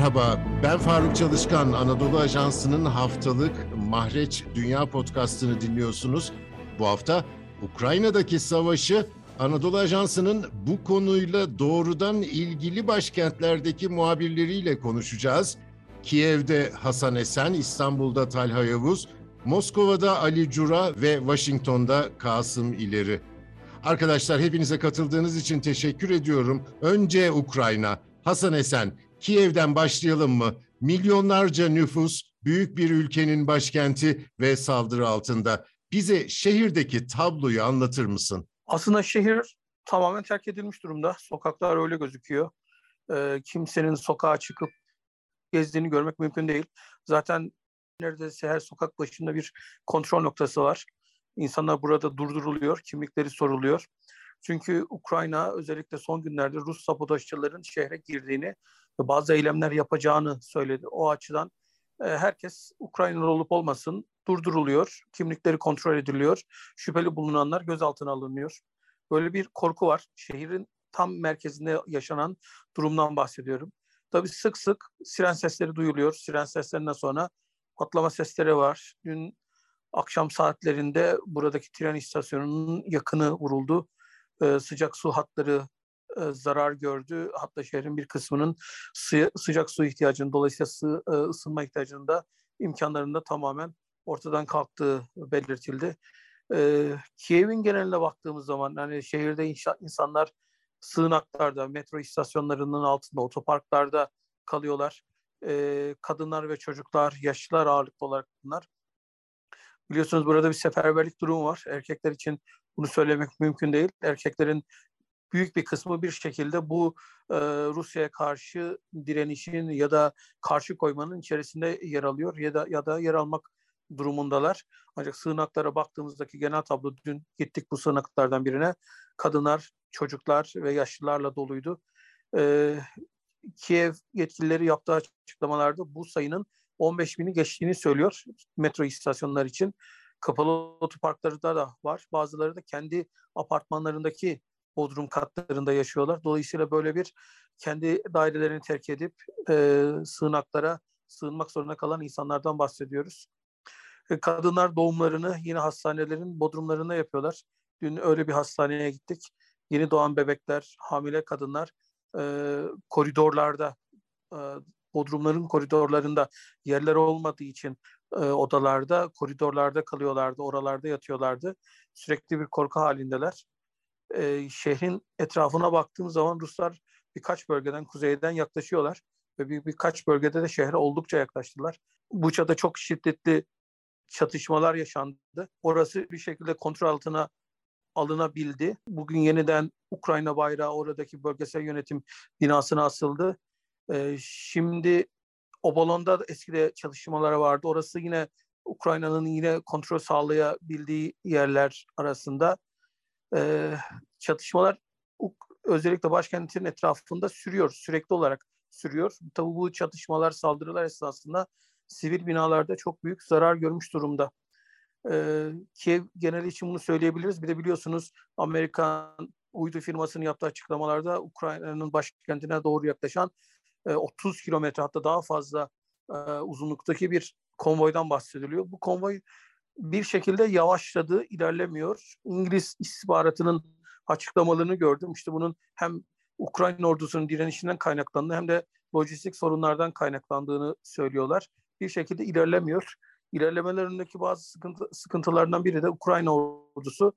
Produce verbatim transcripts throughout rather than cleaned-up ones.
Merhaba, ben Faruk Çalışkan. Anadolu Ajansı'nın haftalık Mahreç Dünya Podcast'ını dinliyorsunuz. Bu hafta Ukrayna'daki savaşı Anadolu Ajansı'nın bu konuyla doğrudan ilgili başkentlerdeki muhabirleriyle konuşacağız. Kiev'de Hasan Esen, İstanbul'da Talha Yavuz, Moskova'da Ali Cura ve Washington'da Kasım İleri. Arkadaşlar, hepinize katıldığınız için teşekkür ediyorum. Önce Ukrayna. Hasan Esen, Kiev'den başlayalım mı? Milyonlarca nüfus, büyük bir ülkenin başkenti ve saldırı altında. Bize şehirdeki tabloyu anlatır mısın? Aslında şehir tamamen terk edilmiş durumda. Sokaklar öyle gözüküyor. Ee, kimsenin sokağa çıkıp gezdiğini görmek mümkün değil. Zaten neredeyse her sokak başında bir kontrol noktası var. İnsanlar burada durduruluyor, kimlikleri soruluyor. Çünkü Ukrayna özellikle son günlerde Rus sabotajcıların şehre girdiğini ve bazı eylemler yapacağını söyledi. O açıdan e, herkes Ukraynalı olup olmasın durduruluyor, kimlikleri kontrol ediliyor, şüpheli bulunanlar gözaltına alınıyor. Böyle bir korku var. Şehrin tam merkezinde yaşanan durumdan bahsediyorum. Tabii sık sık siren sesleri duyuluyor. Siren seslerinden sonra patlama sesleri var. Dün akşam saatlerinde buradaki tren istasyonunun yakını vuruldu. Ee, sıcak su hatları e, zarar gördü. Hatta şehrin bir kısmının sı- sıcak su ihtiyacının, dolayısıyla sı- e, ısınma ihtiyacının da imkanlarının da tamamen ortadan kalktığı belirtildi. Ee, Kiev'in geneline baktığımız zaman hani şehirde inşa- insanlar sığınaklarda, metro istasyonlarının altında, otoparklarda kalıyorlar. Ee, kadınlar ve çocuklar, yaşlılar ağırlıklı olarak bunlar. Biliyorsunuz burada bir seferberlik durumu var. Erkekler için bunu söylemek mümkün değil. Erkeklerin büyük bir kısmı bir şekilde bu e, Rusya'ya karşı direnişin ya da karşı koymanın içerisinde yer alıyor ya da ya da yer almak durumundalar. Ancak sığınaklara baktığımızdaki genel tablo, dün gittik bu sığınaklardan birine, kadınlar, çocuklar ve yaşlılarla doluydu. E, Kiev yetkilileri yaptığı açıklamalarda bu sayının on beş bini geçtiğini söylüyor metro istasyonları için. Kapalı otoparklarda da var. Bazıları da kendi apartmanlarındaki bodrum katlarında yaşıyorlar. Dolayısıyla böyle bir kendi dairelerini terk edip e, sığınaklara sığınmak zorunda kalan insanlardan bahsediyoruz. E, kadınlar doğumlarını yine hastanelerin bodrumlarında yapıyorlar. Dün öyle bir hastaneye gittik. Yeni doğan bebekler, hamile kadınlar e, koridorlarda, e, bodrumların koridorlarında yerler olmadığı için e, odalarda, koridorlarda kalıyorlardı, oralarda yatıyorlardı. Sürekli bir korku halindeler. E, şehrin etrafına baktığım zaman Ruslar birkaç bölgeden, kuzeyden yaklaşıyorlar ve bir, birkaç bölgede de şehre oldukça yaklaştılar. Buça'da çok şiddetli çatışmalar yaşandı. Orası bir şekilde kontrol altına alınabildi. Bugün yeniden Ukrayna bayrağı oradaki bölgesel yönetim binasına asıldı. Ee, şimdi Obolon'da eskide çalışmalar vardı. Orası yine Ukrayna'nın yine kontrol sağlayabildiği yerler arasında. Ee, çatışmalar özellikle başkentin etrafında sürüyor, sürekli olarak sürüyor. Tabii bu çatışmalar, saldırılar esnasında sivil binalarda çok büyük zarar görmüş durumda. Ee, Kiev geneli için bunu söyleyebiliriz. Bir de biliyorsunuz Amerikan uydu firmasının yaptığı açıklamalarda Ukrayna'nın başkentine doğru yaklaşan e, otuz kilometre, hatta daha fazla e, uzunluktaki bir konvoydan bahsediliyor. Bu konvoy bir şekilde yavaşladı, ilerlemiyor. İngiliz istihbaratının açıklamalarını gördüm. İşte bunun hem Ukrayna ordusunun direnişinden kaynaklandığını hem de lojistik sorunlardan kaynaklandığını söylüyorlar. Bir şekilde ilerlemiyor. İlerlemelerindeki bazı sıkıntı, sıkıntılardan biri de Ukrayna ordusu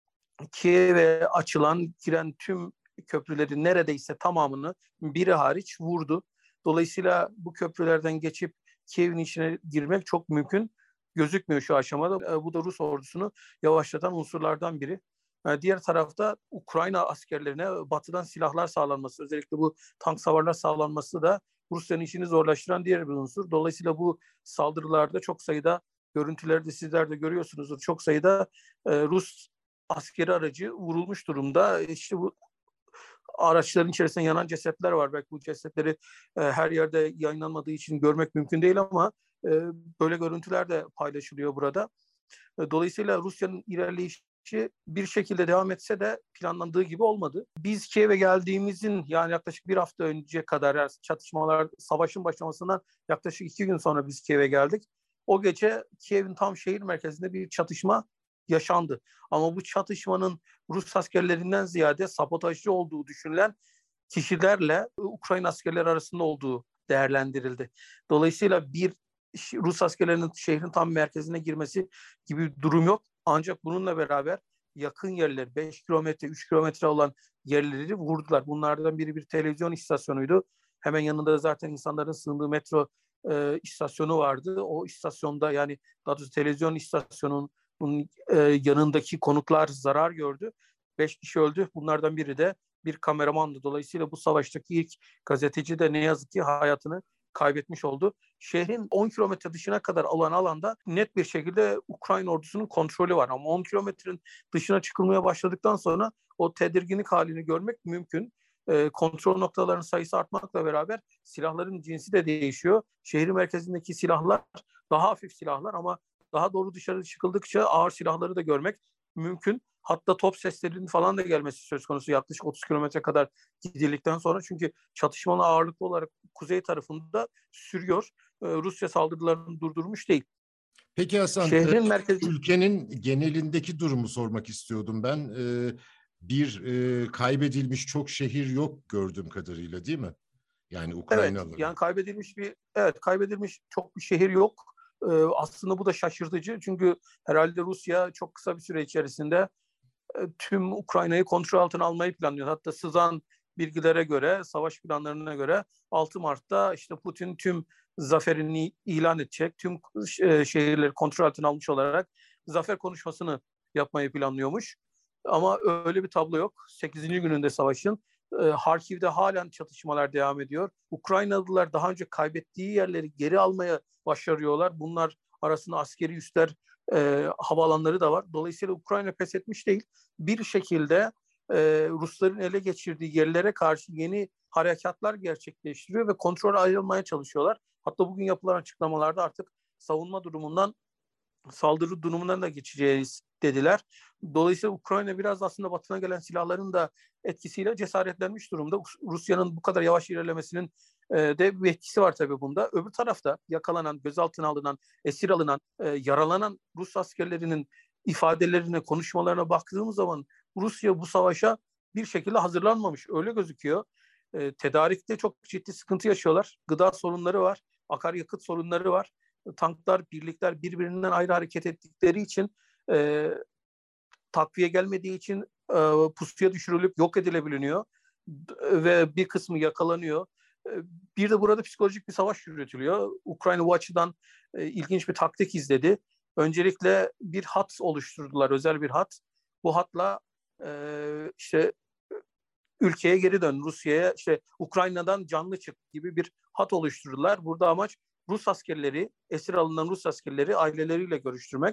Kiev'e açılan, giren tüm köprülerin neredeyse tamamını, biri hariç, vurdu. Dolayısıyla bu köprülerden geçip Kiev'in içine girmek çok mümkün gözükmüyor şu aşamada. Bu da Rus ordusunu yavaşlatan unsurlardan biri. Diğer tarafta Ukrayna askerlerine batıdan silahlar sağlanması, özellikle bu tank savarlar sağlanması da Rusya'nın işini zorlaştıran diğer bir unsur. Dolayısıyla bu saldırılarda çok sayıda, görüntülerde sizler de görüyorsunuzdur, çok sayıda e, Rus askeri aracı vurulmuş durumda. İşte bu araçların içerisinde yanan cesetler var. Belki bu cesetleri e, her yerde yayınlanmadığı için görmek mümkün değil ama e, böyle görüntüler de paylaşılıyor burada. E, dolayısıyla Rusya'nın ilerleyişi savaşı bir şekilde devam etse de planlandığı gibi olmadı. Biz Kiev'e geldiğimizin yani yaklaşık bir hafta önce kadar yani çatışmalar, savaşın başlamasından yaklaşık iki gün sonra biz Kiev'e geldik. O gece Kiev'in tam şehir merkezinde bir çatışma yaşandı. Ama bu çatışmanın Rus askerlerinden ziyade sabotajcı olduğu düşünülen kişilerle Ukrayna askerleri arasında olduğu değerlendirildi. Dolayısıyla bir Rus askerlerinin şehrin tam merkezine girmesi gibi bir durum yok. Ancak bununla beraber yakın yerler, beş kilometre, üç kilometre olan yerleri vurdular. Bunlardan biri bir televizyon istasyonuydu. Hemen yanında zaten insanların sığındığı metro e, istasyonu vardı. O istasyonda yani daha doğrusu televizyon istasyonunun e, yanındaki konutlar zarar gördü. Beş kişi öldü. Bunlardan biri de bir kameramandı. Dolayısıyla bu savaştaki ilk gazeteci de ne yazık ki hayatını kaybetmiş oldu. Şehrin on kilometre dışına kadar olan alanda net bir şekilde Ukrayna ordusunun kontrolü var. Ama on kilometrenin dışına çıkılmaya başladıktan sonra o tedirginlik halini görmek mümkün. E, kontrol noktalarının sayısı artmakla beraber silahların cinsi de değişiyor. Şehir merkezindeki silahlar daha hafif silahlar ama daha doğru dışarı çıkıldıkça ağır silahları da görmek mümkün. Hatta top seslerinin falan da gelmesi söz konusu yaklaşık otuz kilometre kadar gidildikten sonra. Çünkü çatışmanın ağırlıklı olarak kuzey tarafında sürüyor. Ee, Rusya saldırılarını durdurmuş değil. Peki Hasan, Şehrin merkezi... ülkenin genelindeki durumu sormak istiyordum ben. Ee, bir e, kaybedilmiş çok şehir yok gördüğüm kadarıyla, değil mi? Yani Evet, Ukraynalıların. yani kaybedilmiş bir evet kaybedilmiş çok bir şehir yok. Ee, aslında bu da şaşırtıcı. Çünkü herhalde Rusya çok kısa bir süre içerisinde tüm Ukrayna'yı kontrol altına almayı planlıyor. Hatta sızan bilgilere göre, savaş planlarına göre altı Mart'ta işte Putin tüm zaferini ilan edecek, tüm şehirleri kontrol altına almış olarak zafer konuşmasını yapmayı planlıyormuş. Ama öyle bir tablo yok. sekizinci gününde savaşın. Harkiv'de halen çatışmalar devam ediyor. Ukraynalılar daha önce kaybettiği yerleri geri almaya başarıyorlar. Bunlar arasında askeri üsler, e, havaalanları da var. Dolayısıyla Ukrayna pes etmiş değil. Bir şekilde e, Rusların ele geçirdiği yerlere karşı yeni harekatlar gerçekleştiriyor ve kontrol ayrılmaya çalışıyorlar. Hatta bugün yapılan açıklamalarda artık savunma durumundan saldırı durumundan da geçeceğiz dediler. Dolayısıyla Ukrayna biraz aslında batına gelen silahların da etkisiyle cesaretlenmiş durumda. Rusya'nın bu kadar yavaş ilerlemesinin e, de bir etkisi var tabii bunda. Öbür tarafta yakalanan, gözaltına alınan, esir alınan, e, yaralanan Rus askerlerinin ifadelerine, konuşmalarına baktığımız zaman Rusya bu savaşa bir şekilde hazırlanmamış. Öyle gözüküyor. E, tedarikte çok ciddi sıkıntı yaşıyorlar. Gıda sorunları var, akaryakıt sorunları var. Tanklar, birlikler birbirinden ayrı hareket ettikleri için e, takviye gelmediği için e, pusuya düşürülüp yok edilebiliyor ve bir kısmı yakalanıyor. E, bir de burada psikolojik bir savaş yürütülüyor. Ukrayna bu açıdan e, ilginç bir taktik izledi. Öncelikle bir hat oluşturdular, özel bir hat. Bu hatla e, işte ülkeye geri dön, Rusya'ya işte Ukrayna'dan canlı çık gibi bir hat oluşturdular. Burada amaç Rus askerleri, esir alınan Rus askerleri aileleriyle görüştürmek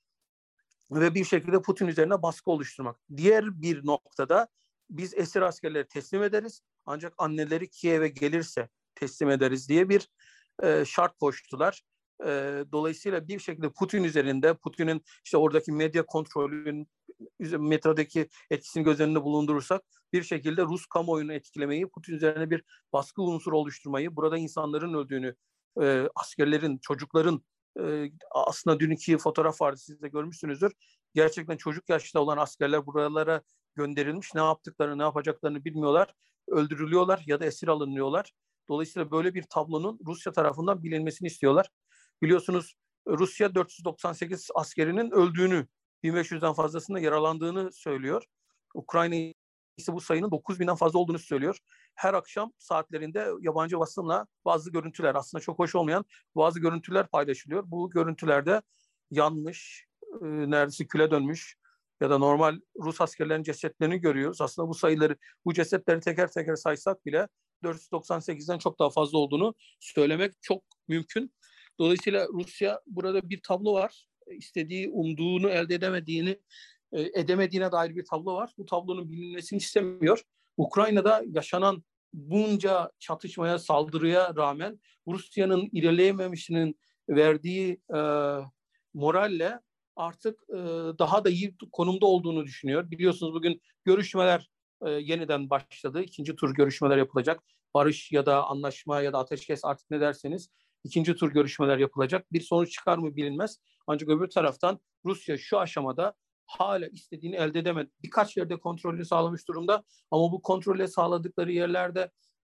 ve bir şekilde Putin üzerine baskı oluşturmak. Diğer bir noktada biz esir askerleri teslim ederiz ancak anneleri Kiev'e gelirse teslim ederiz diye bir e, şart koştular. E, dolayısıyla bir şekilde Putin üzerinde, Putin'in işte oradaki medya kontrolünün metrodaki etkisini göz önünde bulundurursak bir şekilde Rus kamuoyunu etkilemeyi, Putin üzerine bir baskı unsuru oluşturmayı, burada insanların öldüğünü, e, askerlerin, çocukların e, aslında dünkü fotoğraf vardı, siz de görmüşsünüzdür. Gerçekten çocuk yaşta olan askerler buralara gönderilmiş. Ne yaptıklarını, ne yapacaklarını bilmiyorlar. Öldürülüyorlar ya da esir alınıyorlar. Dolayısıyla böyle bir tablonun Rusya tarafından bilinmesini istiyorlar. Biliyorsunuz Rusya dört yüz doksan sekiz askerinin öldüğünü, bin beş yüzden fazlasında yaralandığını söylüyor. Ukrayna ise bu sayının dokuz binden fazla olduğunu söylüyor. Her akşam saatlerinde yabancı basınla bazı görüntüler, aslında çok hoş olmayan bazı görüntüler paylaşılıyor. Bu görüntülerde yanmış, e, neredeyse küle dönmüş ya da normal Rus askerlerin cesetlerini görüyoruz. Aslında bu sayıları, bu cesetleri teker teker saysak bile dört yüz doksan sekizden çok daha fazla olduğunu söylemek çok mümkün. Dolayısıyla Rusya burada bir tablo var. İstediği, umduğunu elde edemediğini edemediğine dair bir tablo var. Bu tablonun bilinmesini istemiyor. Ukrayna'da yaşanan bunca çatışmaya, saldırıya rağmen Rusya'nın ilerleyememişinin verdiği e, moralle artık e, daha da iyi konumda olduğunu düşünüyor. Biliyorsunuz bugün görüşmeler e, yeniden başladı. İkinci tur görüşmeler yapılacak. Barış ya da anlaşma ya da ateşkes, artık ne derseniz, ikinci tur görüşmeler yapılacak. Bir sonuç çıkar mı bilinmez. Ancak öbür taraftan Rusya şu aşamada hala istediğini elde edemedi. Birkaç yerde kontrolünü sağlamış durumda ama bu kontrolü sağladıkları yerlerde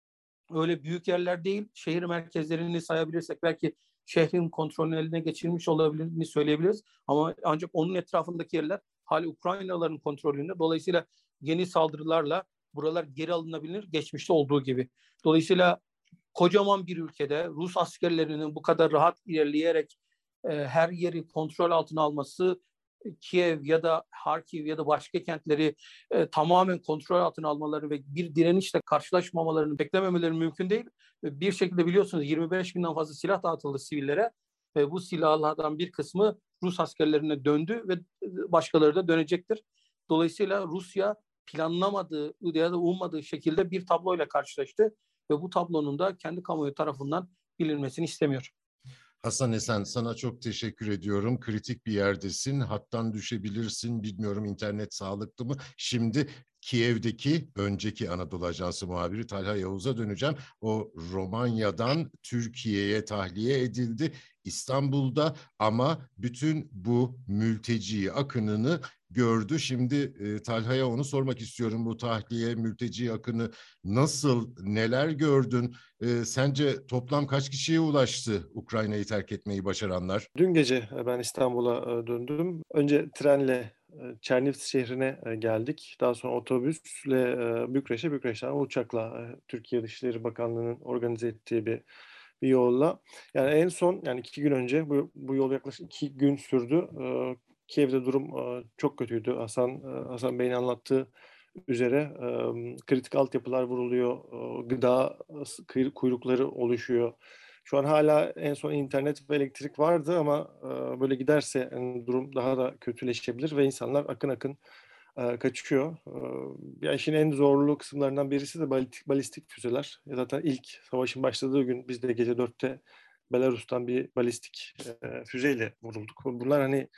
öyle büyük yerler değil. Şehir merkezlerini sayabilirsek belki şehrin kontrolünü eline geçirmiş olabilirini söyleyebiliriz. Ama ancak onun etrafındaki yerler hala Ukraynalıların kontrolünde. Dolayısıyla yeni saldırılarla buralar geri alınabilir, geçmişte olduğu gibi. Dolayısıyla kocaman bir ülkede Rus askerlerinin bu kadar rahat ilerleyerek e, her yeri kontrol altına alması, Kiev ya da Harkiv ya da başka kentleri e, tamamen kontrol altına almaları ve bir direnişle karşılaşmamalarını beklememeleri mümkün değil. Bir şekilde biliyorsunuz yirmi beş binden fazla silah dağıtıldı sivillere ve bu silahlardan bir kısmı Rus askerlerine döndü ve başkaları da dönecektir. Dolayısıyla Rusya planlamadığı ya da ummadığı şekilde bir tabloyla karşılaştı ve bu tablonun da kendi kamuoyu tarafından bilinmesini istemiyor. Hasan Esen, sana çok teşekkür ediyorum. Kritik bir yerdesin. Hattan düşebilirsin. Bilmiyorum internet sağlıklı mı? Şimdi Kiev'deki önceki Anadolu Ajansı muhabiri Talha Yavuz'a döneceğim. O Romanya'dan Türkiye'ye tahliye edildi. İstanbul'da ama bütün bu mülteci akınını gördü. Şimdi e, Talha'ya onu sormak istiyorum. Bu tahliye, mülteci akını nasıl, neler gördün? E, sence toplam kaç kişiye ulaştı Ukrayna'yı terk etmeyi başaranlar? Dün gece ben İstanbul'a döndüm. Önce trenle Çernivtsi şehrine geldik. Daha sonra otobüsle Bükreş'e, Bükreş'ten uçakla Türkiye Dışişleri Bakanlığı'nın organize ettiği bir bir yolla. Yani en son, yani iki gün önce, bu, bu yol yaklaşık iki gün sürdü. Kiev'de durum çok kötüydü. Hasan Hasan Bey'in anlattığı üzere kritik altyapılar vuruluyor, gıda kuyrukları oluşuyor. Şu an hala en son internet ve elektrik vardı ama böyle giderse yani durum daha da kötüleşebilir ve insanlar akın akın kaçıyor. Ya işin en zorlu kısımlarından birisi de balistik, balistik füzeler. Ya zaten ilk savaşın başladığı gün biz de gece dörtte Belarus'tan bir balistik füzeyle vurulduk. Bunlar hani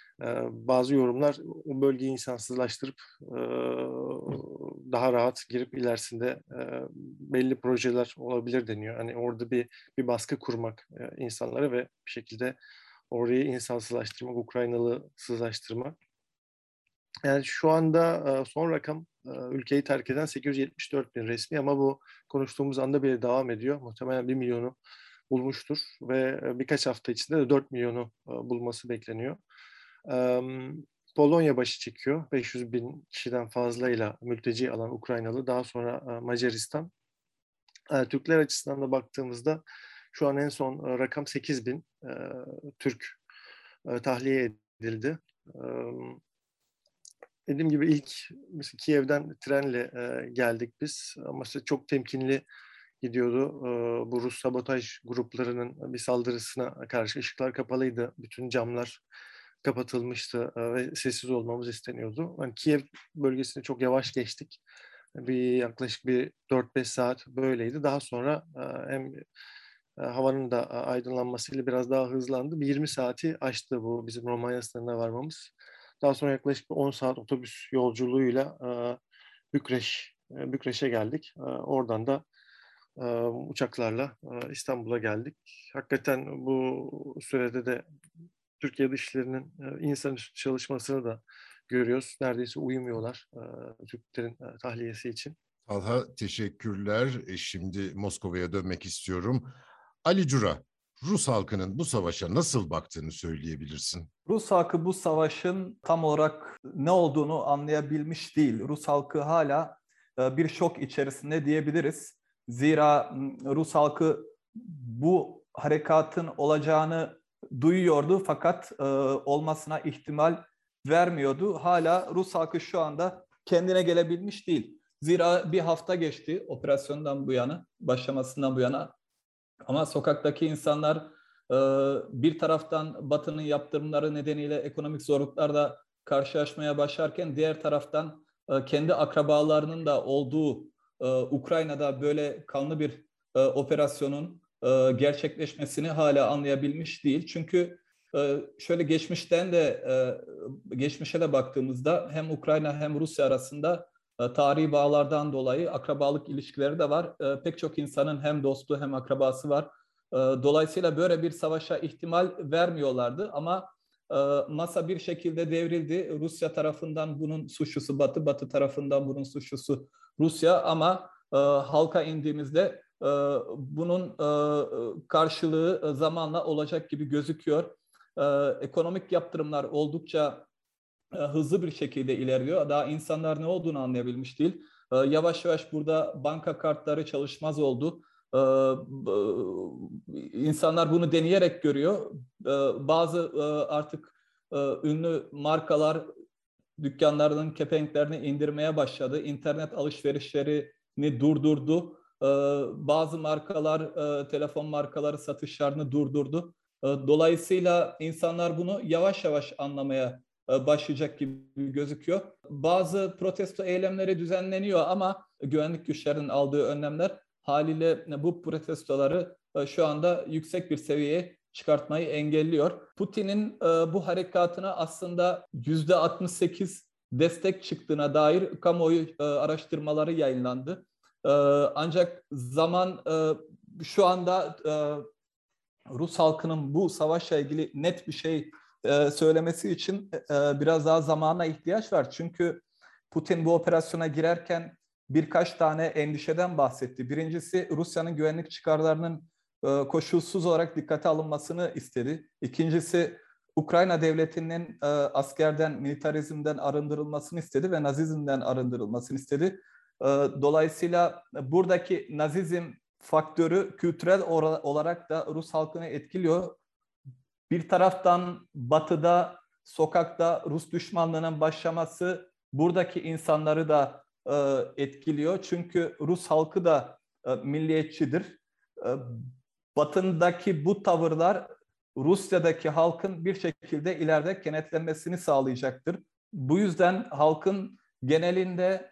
bazı yorumlar o bölgeyi insansızlaştırıp daha rahat girip ilerisinde belli projeler olabilir deniyor. Hani orada bir bir baskı kurmak insanlara ve bir şekilde orayı insansızlaştırmak, Ukraynalısızlaştırmak. Yani şu anda son rakam ülkeyi terk eden sekiz yüz yetmiş dört bin resmi ama bu konuştuğumuz anda bile devam ediyor. Muhtemelen bir milyonu bulmuştur ve birkaç hafta içinde de dört milyonu bulması bekleniyor. Polonya başı çekiyor. beş yüz bin kişiden fazlayla mülteci alan Ukraynalı. Daha sonra Macaristan. Türkler açısından da baktığımızda şu an en son rakam sekiz bin Türk tahliye edildi. Dediğim gibi ilk mesela Kiev'den trenle geldik biz. Ama işte çok temkinli gidiyordu. Bu Rus sabotaj gruplarının bir saldırısına karşı ışıklar kapalıydı. Bütün camlar kapatılmıştı ve sessiz olmamız isteniyordu. Yani Kiev bölgesine çok yavaş geçtik. Bir yaklaşık bir dört beş saat böyleydi. Daha sonra hem havanın da aydınlanmasıyla biraz daha hızlandı. Bir yirmi saati aştı bu bizim Romanya sınırına varmamız. Daha sonra yaklaşık on saat otobüs yolculuğuyla Bükreş, Bükreş'e geldik. Oradan da uçaklarla İstanbul'a geldik. Hakikaten bu sürede de Türkiye Dışişleri'nin insanüstü çalışmasını da görüyoruz. Neredeyse uyumuyorlar Türklerin tahliyesi için. Talha, teşekkürler. Şimdi Moskova'ya dönmek istiyorum. Ali Cura, Rus halkının bu savaşa nasıl baktığını söyleyebilirsin? Rus halkı bu savaşın tam olarak ne olduğunu anlayabilmiş değil. Rus halkı hala bir şok içerisinde diyebiliriz. Zira Rus halkı bu harekatın olacağını duyuyordu fakat olmasına ihtimal vermiyordu. Hala Rus halkı şu anda kendine gelebilmiş değil. Zira bir hafta geçti operasyondan bu yana, başlamasından bu yana. Ama sokaktaki insanlar bir taraftan Batı'nın yaptırımları nedeniyle ekonomik zorluklarla karşılaşmaya başlarken diğer taraftan kendi akrabalarının da olduğu Ukrayna'da böyle kanlı bir operasyonun gerçekleşmesini hala anlayabilmiş değil. Çünkü Şöyle geçmişten de geçmişe de baktığımızda hem Ukrayna hem Rusya arasında tarihi bağlardan dolayı akrabalık ilişkileri de var. Pek çok insanın hem dostu hem akrabası var. Dolayısıyla böyle bir savaşa ihtimal vermiyorlardı ama masa bir şekilde devrildi. Rusya tarafından bunun suçlusu Batı, Batı tarafından bunun suçlusu Rusya ama halka indiğimizde bunun karşılığı zamanla olacak gibi gözüküyor. Ekonomik yaptırımlar oldukça hızlı bir şekilde ilerliyor. Daha insanlar ne olduğunu anlayabilmiş değil. Yavaş yavaş burada banka kartları çalışmaz oldu. İnsanlar bunu deneyerek görüyor. Bazı artık ünlü markalar dükkanlarının kepenklerini indirmeye başladı. İnternet alışverişlerini durdurdu. Bazı markalar, telefon markaları satışlarını durdurdu. Dolayısıyla insanlar bunu yavaş yavaş anlamaya başlayacak gibi gözüküyor. Bazı protesto eylemleri düzenleniyor ama güvenlik güçlerinin aldığı önlemler haliyle bu protestoları şu anda yüksek bir seviyeye çıkartmayı engelliyor. Putin'in bu harekatına aslında yüzde altmış sekiz destek çıktığına dair kamuoyu araştırmaları yayınlandı. Ancak zaman şu anda Rus halkının bu savaşla ilgili net bir şey söylemesi için biraz daha zamana ihtiyaç var. Çünkü Putin bu operasyona girerken birkaç tane endişeden bahsetti. Birincisi Rusya'nın güvenlik çıkarlarının koşulsuz olarak dikkate alınmasını istedi. İkincisi Ukrayna devletinin askerden, militarizmden arındırılmasını istedi ve nazizmden arındırılmasını istedi. Dolayısıyla buradaki nazizm faktörü kültürel olarak da Rus halkını etkiliyor. Bir taraftan batıda, sokakta Rus düşmanlığının başlaması buradaki insanları da etkiliyor. Çünkü Rus halkı da milliyetçidir. Batı'ndaki bu tavırlar Rusya'daki halkın bir şekilde ileride kenetlenmesini sağlayacaktır. Bu yüzden halkın genelinde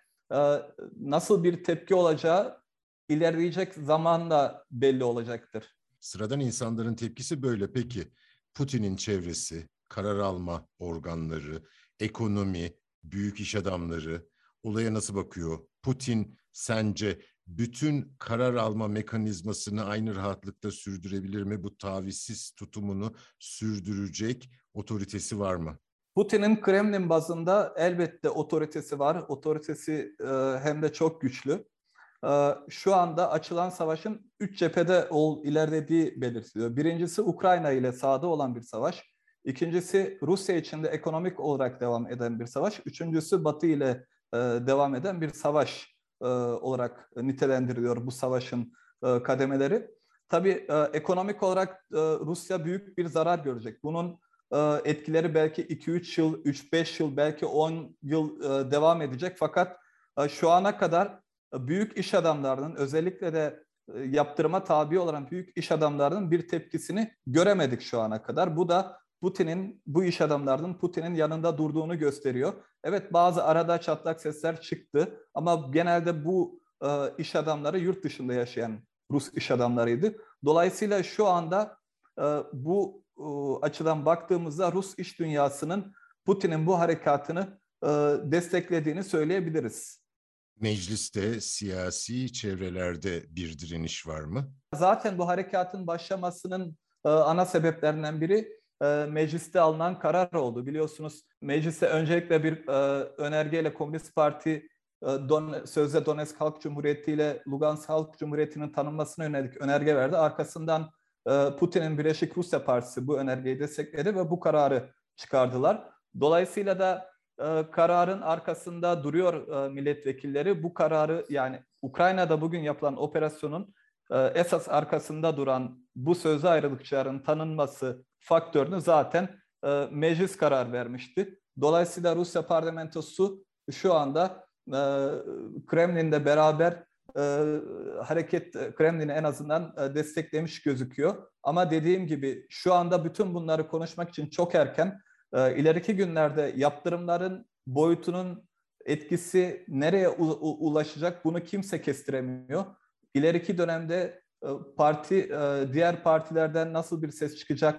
nasıl bir tepki olacağı ilerleyecek zamanla belli olacaktır. Sıradan insanların tepkisi böyle. Peki Putin'in çevresi, karar alma organları, ekonomi, büyük iş adamları olaya nasıl bakıyor? Putin sence bütün karar alma mekanizmasını aynı rahatlıkta sürdürebilir mi? Bu tavizsiz tutumunu sürdürecek otoritesi var mı? Putin'in Kremlin bazında elbette otoritesi var. Otoritesi e, hem de çok güçlü. E, şu anda açılan savaşın üç cephede ol, ilerlediği belirtiliyor. Birincisi Ukrayna ile sahada olan bir savaş. İkincisi Rusya içinde ekonomik olarak devam eden bir savaş. Üçüncüsü Batı ile e, devam eden bir savaş e, olarak nitelendiriliyor bu savaşın e, kademeleri. Tabii e, ekonomik olarak e, Rusya büyük bir zarar görecek. Bunun e, etkileri belki iki üç yıl, üç beş yıl, belki on yıl e, devam edecek. Fakat e, şu ana kadar e, büyük iş adamlarının, özellikle de e, yaptırıma tabi olan büyük iş adamlarının bir tepkisini göremedik şu ana kadar. Bu da Putin'in, bu iş adamlarının Putin'in yanında durduğunu gösteriyor. Evet, bazı arada çatlak sesler çıktı ama genelde bu e, iş adamları yurt dışında yaşayan Rus iş adamlarıydı. Dolayısıyla şu anda e, bu e, açıdan baktığımızda Rus iş dünyasının Putin'in bu harekatını e, desteklediğini söyleyebiliriz. Mecliste, siyasi çevrelerde bir direniş var mı? Zaten bu harekatın başlamasının e, ana sebeplerinden biri mecliste alınan karar oldu. Biliyorsunuz mecliste öncelikle bir e, önergeyle Komünist Parti e, Don, sözde Donetsk Halk Cumhuriyeti ile Lugansk Halk Cumhuriyeti'nin tanınmasına yönelik önerge verdi. Arkasından e, Putin'in Birleşik Rusya Partisi bu önergeyi destekledi ve bu kararı çıkardılar. Dolayısıyla da e, kararın arkasında duruyor e, milletvekilleri. Bu kararı, yani Ukrayna'da bugün yapılan operasyonun e, esas arkasında duran bu sözlü ayrılıkçıların tanınması faktörünü zaten e, meclis karar vermişti. Dolayısıyla Rusya parlamentosu şu anda e, Kremlin'le beraber e, hareket Kremlin'i en azından e, desteklemiş gözüküyor. Ama dediğim gibi şu anda bütün bunları konuşmak için çok erken. E, ileriki günlerde yaptırımların boyutunun etkisi nereye u- u- ulaşacak bunu kimse kestiremiyor. İleriki dönemde e, parti e, diğer partilerden nasıl bir ses çıkacak?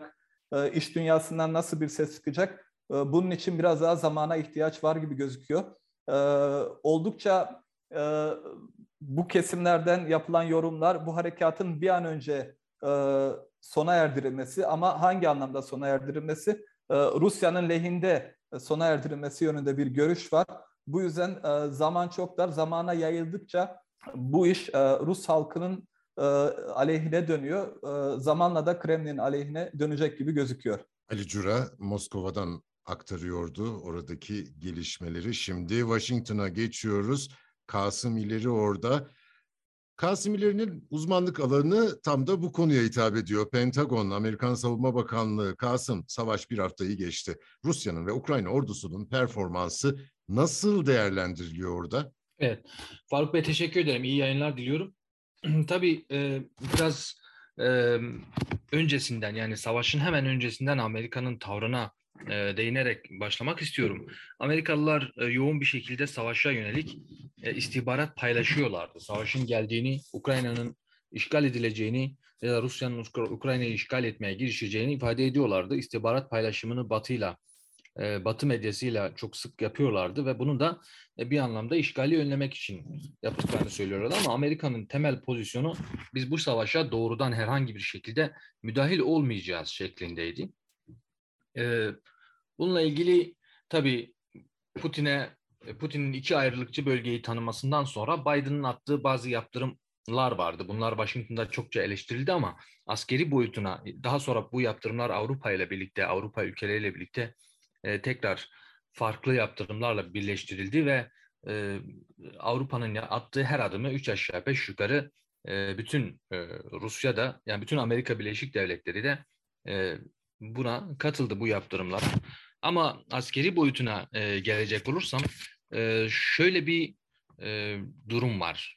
e, iş dünyasından nasıl bir ses çıkacak? E, bunun için biraz daha zamana ihtiyaç var gibi gözüküyor. E, oldukça e, bu kesimlerden yapılan yorumlar bu harekatın bir an önce e, sona erdirilmesi, ama hangi anlamda sona erdirilmesi? E, Rusya'nın lehinde sona erdirilmesi yönünde bir görüş var. Bu yüzden e, zaman çok dar. Zamana yayıldıkça bu iş e, Rus halkının e, aleyhine dönüyor. E, zamanla da Kremlin aleyhine dönecek gibi gözüküyor. Ali Cura Moskova'dan aktarıyordu oradaki gelişmeleri. Şimdi Washington'a geçiyoruz. Kasım İleri orada. Kasım İleri'nin uzmanlık alanı tam da bu konuya hitap ediyor. Pentagon, Amerikan Savunma Bakanlığı. Kasım, savaş bir haftayı geçti. Rusya'nın ve Ukrayna ordusunun performansı nasıl değerlendiriliyor orada? Evet, Faruk Bey teşekkür ederim. İyi yayınlar diliyorum. Tabii e, biraz e, öncesinden, yani savaşın hemen öncesinden Amerika'nın tavrına e, değinerek başlamak istiyorum. Amerikalılar e, yoğun bir şekilde savaşa yönelik e, istihbarat paylaşıyorlardı. Savaşın geldiğini, Ukrayna'nın işgal edileceğini ya da Rusya'nın Ukrayna'yı işgal etmeye girişeceğini ifade ediyorlardı. İstihbarat paylaşımını Batı'yla, e, Batı medyasıyla çok sık yapıyorlardı ve bunu da e, bir anlamda işgali önlemek için yaptıklarını söylüyorlar. Ama Amerika'nın temel pozisyonu, biz bu savaşa doğrudan herhangi bir şekilde müdahil olmayacağız şeklindeydi. E, bununla ilgili tabii Putin'e Putin'in iki ayrılıkçı bölgeyi tanımasından sonra Biden'ın attığı bazı yaptırımlar vardı. Bunlar Washington'da çokça eleştirildi ama askeri boyutuna, daha sonra bu yaptırımlar Avrupa ile birlikte, Avrupa ülkeleriyle birlikte e, tekrar farklı yaptırımlarla birleştirildi ve e, Avrupa'nın attığı her adımı üç aşağı beş yukarı e, bütün e, Rusya'da, yani bütün Amerika Birleşik Devletleri de e, buna katıldı, bu yaptırımlara. Ama askeri boyutuna e, gelecek olursam e, şöyle bir e, durum var.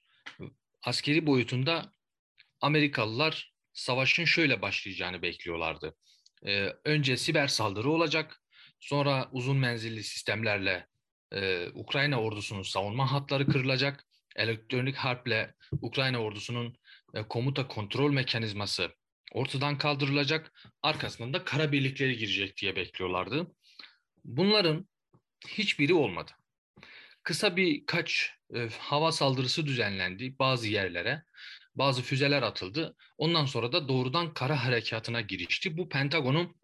Askeri boyutunda Amerikalılar savaşın şöyle başlayacağını bekliyorlardı. E, önce siber saldırı olacak, sonra uzun menzilli sistemlerle e, Ukrayna ordusunun savunma hatları kırılacak, elektronik harple Ukrayna ordusunun e, komuta kontrol mekanizması ortadan kaldırılacak, arkasından da kara birlikleri girecek diye bekliyorlardı. Bunların hiçbiri olmadı. Kısa birkaç e, hava saldırısı düzenlendi bazı yerlere. Bazı füzeler atıldı. Ondan sonra da doğrudan kara harekatına girişti. Bu Pentagon'u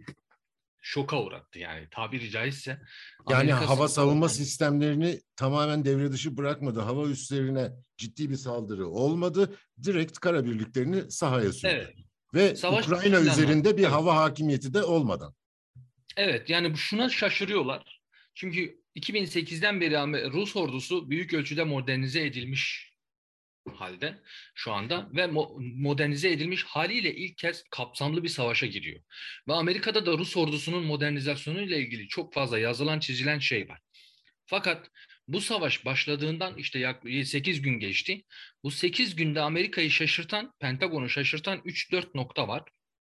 şoka uğrattı, yani tabiri caizse. Yani Amerika hava savunma savunma sistemlerini tamamen devre dışı bırakmadı. Hava üslerine ciddi bir saldırı olmadı. Direkt kara birliklerini sahaya sürdü. Evet. Ve Savaş Ukrayna başından üzerinde bir evet. hava hakimiyeti de olmadan. Evet, yani şuna şaşırıyorlar. Çünkü iki bin sekizden beri Rus ordusu büyük ölçüde modernize edilmiş halde şu anda ve mo- modernize edilmiş haliyle ilk kez kapsamlı bir savaşa giriyor. Ve Amerika'da da Rus ordusunun modernizasyonu ile ilgili çok fazla yazılan, çizilen şey var. Fakat bu savaş başladığından işte yaklaşık sekiz gün geçti. Bu sekiz günde Amerika'yı şaşırtan, Pentagon'u şaşırtan üç dört nokta var.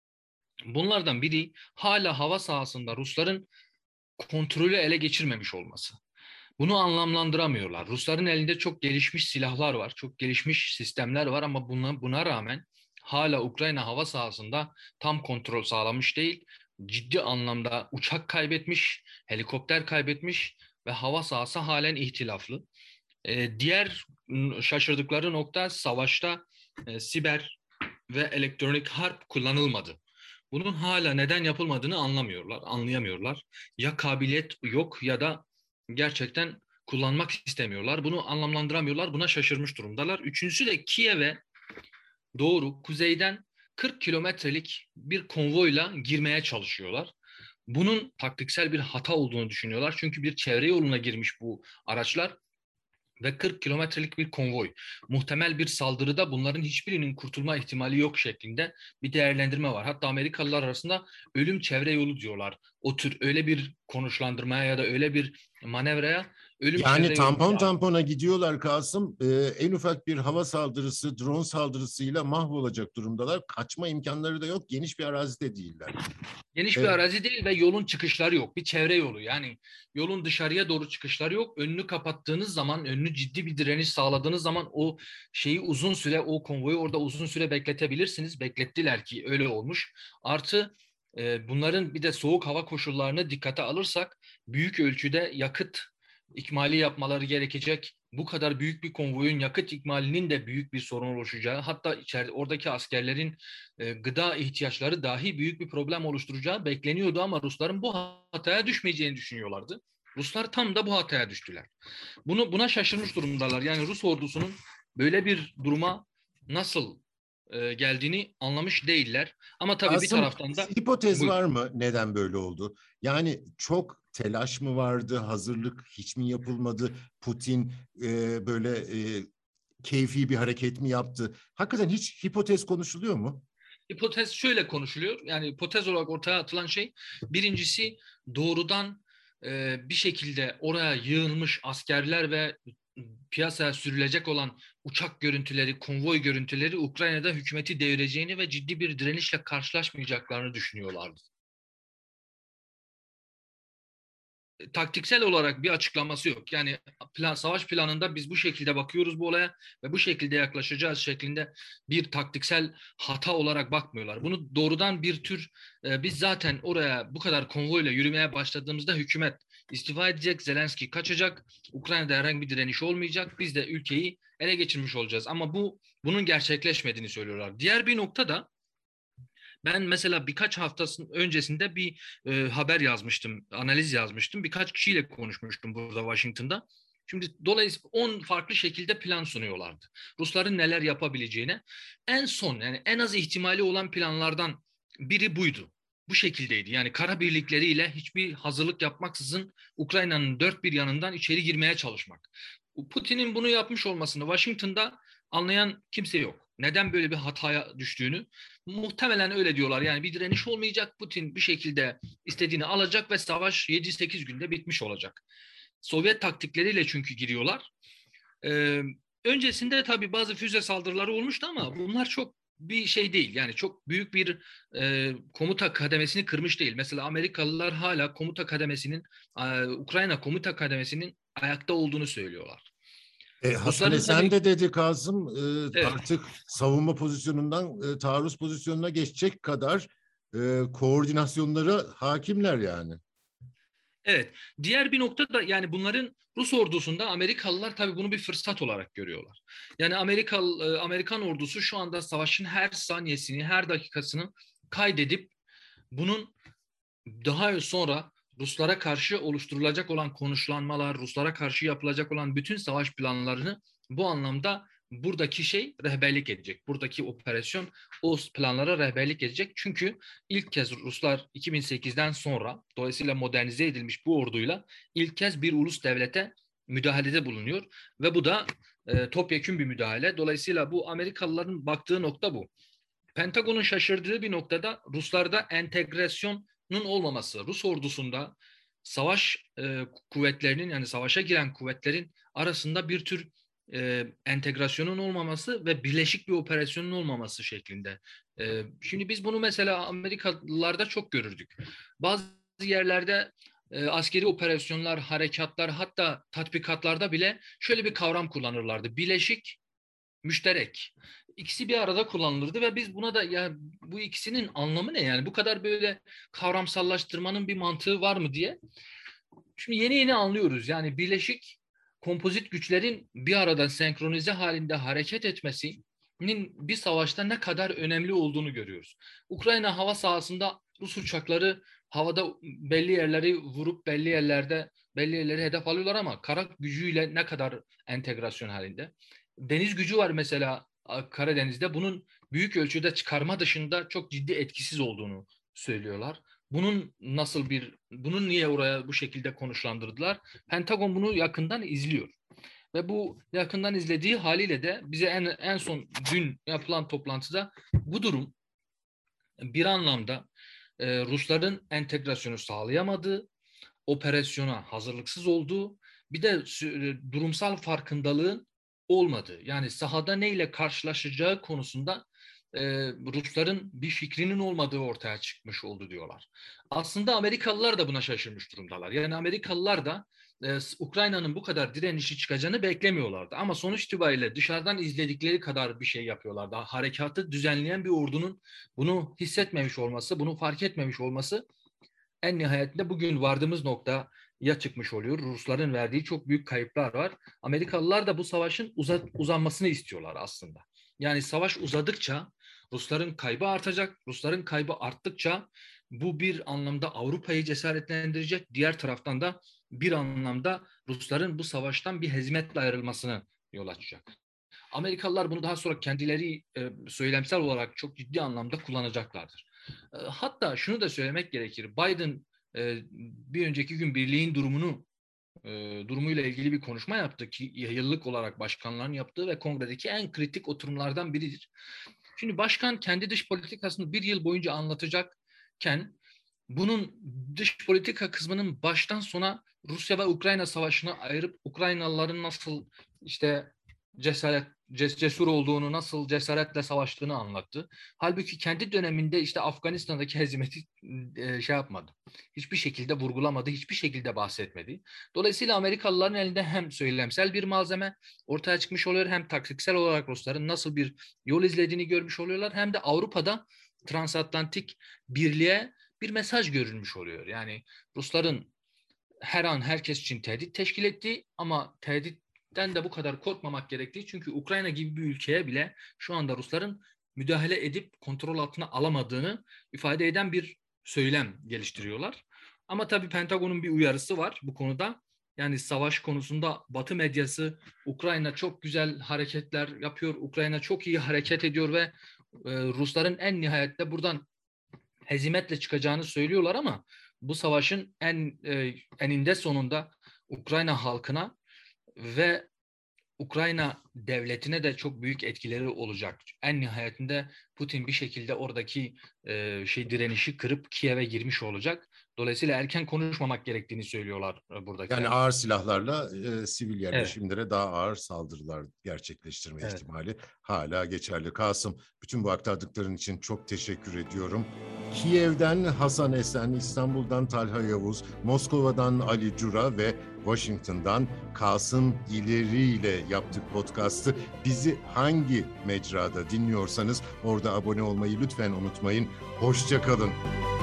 Bunlardan biri hala hava sahasında Rusların kontrolü ele geçirmemiş olması. Bunu anlamlandıramıyorlar. Rusların elinde çok gelişmiş silahlar var, çok gelişmiş sistemler var ama buna, buna rağmen hala Ukrayna hava sahasında tam kontrol sağlamış değil. Ciddi anlamda uçak kaybetmiş, helikopter kaybetmiş ve hava sahası halen ihtilaflı. Ee, diğer şaşırdıkları nokta, savaşta e, siber ve elektronik harp kullanılmadı. Bunun hala neden yapılmadığını anlamıyorlar, anlayamıyorlar. Ya kabiliyet yok ya da gerçekten kullanmak istemiyorlar. Bunu anlamlandıramıyorlar. Buna şaşırmış durumdalar. Üçüncüsü de Kiev'e doğru kuzeyden kırk kilometrelik bir konvoyla girmeye çalışıyorlar. Bunun taktiksel bir hata olduğunu düşünüyorlar. Çünkü bir çevre yoluna girmiş bu araçlar ve kırk kilometrelik bir konvoy. Muhtemel bir saldırıda bunların hiçbirinin kurtulma ihtimali yok şeklinde bir değerlendirme var. Hatta Amerikalılar arasında ölüm çevre yolu diyorlar. O tür öyle bir konuşlandırmaya ya da öyle bir manevraya ölüm Yani çevre tampon yolu. tampona gidiyorlar Kasım. Ee, en ufak bir hava saldırısı, drone saldırısıyla mahvolacak durumdalar. Kaçma imkanları da yok. Geniş bir arazide değiller. Geniş bir Evet. arazi değil ve yolun çıkışları yok. Bir çevre yolu, yani yolun dışarıya doğru çıkışları yok. Önünü kapattığınız zaman, önünü ciddi bir direniş sağladığınız zaman o şeyi uzun süre, o konvoyu orada uzun süre bekletebilirsiniz. Beklettiler ki öyle olmuş. Artı e, bunların bir de soğuk hava koşullarını dikkate alırsak büyük ölçüde yakıt ikmali yapmaları gerekecek. Bu kadar büyük bir konvoyun yakıt ikmalinin de büyük bir sorun oluşacağı, hatta içeride oradaki askerlerin e, gıda ihtiyaçları dahi büyük bir problem oluşturacağı bekleniyordu ama Rusların bu hataya düşmeyeceğini düşünüyorlardı. Ruslar tam da bu hataya düştüler. Bunu buna şaşırmış durumdalar. Yani Rus ordusunun böyle bir duruma nasıl e, geldiğini anlamış değiller. Ama tabii bir Asım, taraftan da hipotez buyur. var mı neden böyle oldu? Yani çok telaş mı vardı, hazırlık hiç mi yapılmadı? Putin e, böyle e, keyfi bir hareket mi yaptı? Hakikaten hiç hipotez konuşuluyor mu? Hipotez şöyle konuşuluyor. Yani hipotez olarak ortaya atılan şey, birincisi doğrudan e, bir şekilde oraya yığılmış askerler ve piyasaya sürülecek olan uçak görüntüleri, konvoy görüntüleri Ukrayna'da hükümeti devireceğini ve ciddi bir direnişle karşılaşmayacaklarını düşünüyorlardı. Taktiksel olarak bir açıklaması yok. Yani plan, savaş planında biz bu şekilde bakıyoruz bu olaya ve bu şekilde yaklaşacağız şeklinde bir taktiksel hata olarak bakmıyorlar. Bunu doğrudan bir tür e, biz zaten oraya bu kadar konvoyla yürümeye başladığımızda hükümet istifa edecek, Zelenski kaçacak, Ukrayna'da herhangi bir direniş olmayacak, biz de ülkeyi ele geçirmiş olacağız. Ama bu bunun gerçekleşmediğini söylüyorlar. Diğer bir nokta da ben mesela birkaç haftasının öncesinde bir e, haber yazmıştım, analiz yazmıştım. Birkaç kişiyle konuşmuştum burada Washington'da. Şimdi dolayısıyla on farklı şekilde plan sunuyorlardı. Rusların neler yapabileceğine. En son, yani en az ihtimali olan planlardan biri buydu. Bu şekildeydi. Yani kara birlikleriyle hiçbir hazırlık yapmaksızın Ukrayna'nın dört bir yanından içeri girmeye çalışmak. Putin'in bunu yapmış olmasını Washington'da anlayan kimse yok. Neden böyle bir hataya düştüğünü. Muhtemelen öyle diyorlar. Yani bir direniş olmayacak. Putin bir şekilde istediğini alacak ve savaş yedi sekiz günde bitmiş olacak. Sovyet taktikleriyle çünkü giriyorlar. Ee, öncesinde tabii bazı füze saldırıları olmuştu ama bunlar çok bir şey değil. Yani çok büyük bir e, komuta kademesini kırmış değil. Mesela Amerikalılar hala komuta kademesinin, e, Ukrayna komuta kademesinin ayakta olduğunu söylüyorlar. E, Hasan Rusların Esen tabii de dedi Kazım, e, evet. artık savunma pozisyonundan e, taarruz pozisyonuna geçecek kadar e, koordinasyonlara hakimler yani. Evet. Diğer bir nokta da yani bunların Rus ordusunda Amerikalılar tabii bunu bir fırsat olarak görüyorlar. Yani Amerikalı Amerikan ordusu şu anda savaşın her saniyesini, her dakikasını kaydedip bunun daha sonra Ruslara karşı oluşturulacak olan konuşlanmalar, Ruslara karşı yapılacak olan bütün savaş planlarını bu anlamda buradaki şey rehberlik edecek. Buradaki operasyon o planlara rehberlik edecek. Çünkü ilk kez Ruslar iki bin sekizden sonra dolayısıyla modernize edilmiş bu orduyla ilk kez bir ulus devlete müdahalede bulunuyor ve bu da e, topyekün bir müdahale. Dolayısıyla bu Amerikalıların baktığı nokta bu. Pentagon'un şaşırdığı bir noktada Ruslarda entegrasyonun olmaması. Rus ordusunda savaş e, kuvvetlerinin yani savaşa giren kuvvetlerin arasında bir tür e, entegrasyonun olmaması ve birleşik bir operasyonun olmaması şeklinde. E, şimdi biz bunu mesela Amerikalılarda çok görürdük. Bazı yerlerde e, askeri operasyonlar, harekatlar hatta tatbikatlarda bile şöyle bir kavram kullanırlardı. Bileşik, müşterek. İkisi bir arada kullanılırdı ve biz buna da ya bu ikisinin anlamı ne yani bu kadar böyle kavramsallaştırmanın bir mantığı var mı diye. Şimdi yeni yeni anlıyoruz yani birleşik kompozit güçlerin bir arada senkronize halinde hareket etmesinin bir savaşta ne kadar önemli olduğunu görüyoruz. Ukrayna hava sahasında Rus uçakları havada belli yerleri vurup belli yerlerde belli yerleri hedef alıyorlar ama kara gücüyle ne kadar entegrasyon halinde. Deniz gücü var mesela Karadeniz'de. Bunun büyük ölçüde çıkarma dışında çok ciddi etkisiz olduğunu söylüyorlar. Bunun nasıl bir, bunun niye oraya bu şekilde konuşlandırdılar? Pentagon bunu yakından izliyor. Ve bu yakından izlediği haliyle de bize en, en son dün yapılan toplantıda bu durum bir anlamda e, Rusların entegrasyonu sağlayamadığı, operasyona hazırlıksız olduğu, bir de durumsal farkındalığın olmadığı, yani sahada neyle karşılaşacağı konusunda e, Rusların bir fikrinin olmadığı ortaya çıkmış oldu diyorlar. Aslında Amerikalılar da buna şaşırmış durumdalar. Yani Amerikalılar da e, Ukrayna'nın bu kadar direnişi çıkacağını beklemiyorlardı. Ama sonuç itibariyle dışarıdan izledikleri kadar bir şey yapıyorlardı. Harekatı düzenleyen bir ordunun bunu hissetmemiş olması, bunu fark etmemiş olması en nihayetinde bugün vardığımız noktaya çıkmış oluyor. Rusların verdiği çok büyük kayıplar var. Amerikalılar da bu savaşın uza, uzanmasını istiyorlar aslında. Yani savaş uzadıkça Rusların kaybı artacak. Rusların kaybı arttıkça bu bir anlamda Avrupa'yı cesaretlendirecek. Diğer taraftan da bir anlamda Rusların bu savaştan bir hezimetle ayrılmasını yol açacak. Amerikalılar bunu daha sonra kendileri e, söylemsel olarak çok ciddi anlamda kullanacaklardır. E, hatta şunu da söylemek gerekir. Biden e, bir önceki gün birliğin durumunu e, durumuyla ilgili bir konuşma yaptı ki yıllık olarak başkanların yaptığı ve kongredeki en kritik oturumlardan biridir. Şimdi başkan kendi dış politikasını bir yıl boyunca anlatacakken bunun dış politika kısmının baştan sona Rusya ve Ukrayna savaşını ayırıp Ukraynalıların nasıl işte cesaret cesur olduğunu, nasıl cesaretle savaştığını anlattı. Halbuki kendi döneminde işte Afganistan'daki hezimeti e, şey yapmadı. Hiçbir şekilde vurgulamadı, hiçbir şekilde bahsetmedi. Dolayısıyla Amerikalıların elinde hem söylemsel bir malzeme ortaya çıkmış oluyor, hem taktiksel olarak Rusların nasıl bir yol izlediğini görmüş oluyorlar, hem de Avrupa'da transatlantik birliğe bir mesaj görülmüş oluyor. Yani Rusların her an herkes için tehdit teşkil ettiği ama tehditten de bu kadar korkmamak gerektiği, çünkü Ukrayna gibi bir ülkeye bile şu anda Rusların müdahale edip kontrol altına alamadığını ifade eden bir söylem geliştiriyorlar. Ama tabii Pentagon'un bir uyarısı var bu konuda. Yani savaş konusunda Batı medyası Ukrayna çok güzel hareketler yapıyor, Ukrayna çok iyi hareket ediyor ve e, Rusların en nihayette buradan hezimetle çıkacağını söylüyorlar ama bu savaşın en e, eninde sonunda Ukrayna halkına ve Ukrayna devletine de çok büyük etkileri olacak. En nihayetinde Putin bir şekilde oradaki e, şey direnişi kırıp Kiev'e girmiş olacak. Dolayısıyla erken konuşmamak gerektiğini söylüyorlar e, buradakiler. Yani ağır silahlarla e, sivil yerleşimlere Evet. daha ağır saldırılar gerçekleştirme Evet. ihtimali hala geçerli. Kasım, bütün bu aktardıkların için çok teşekkür ediyorum. Kiev'den Hasan Esen, İstanbul'dan Talha Yavuz, Moskova'dan Ali Cura ve Washington'dan Kasım İleri ile yaptık podcast'ı. Bizi hangi mecrada dinliyorsanız orada abone olmayı lütfen unutmayın. Hoşça kalın.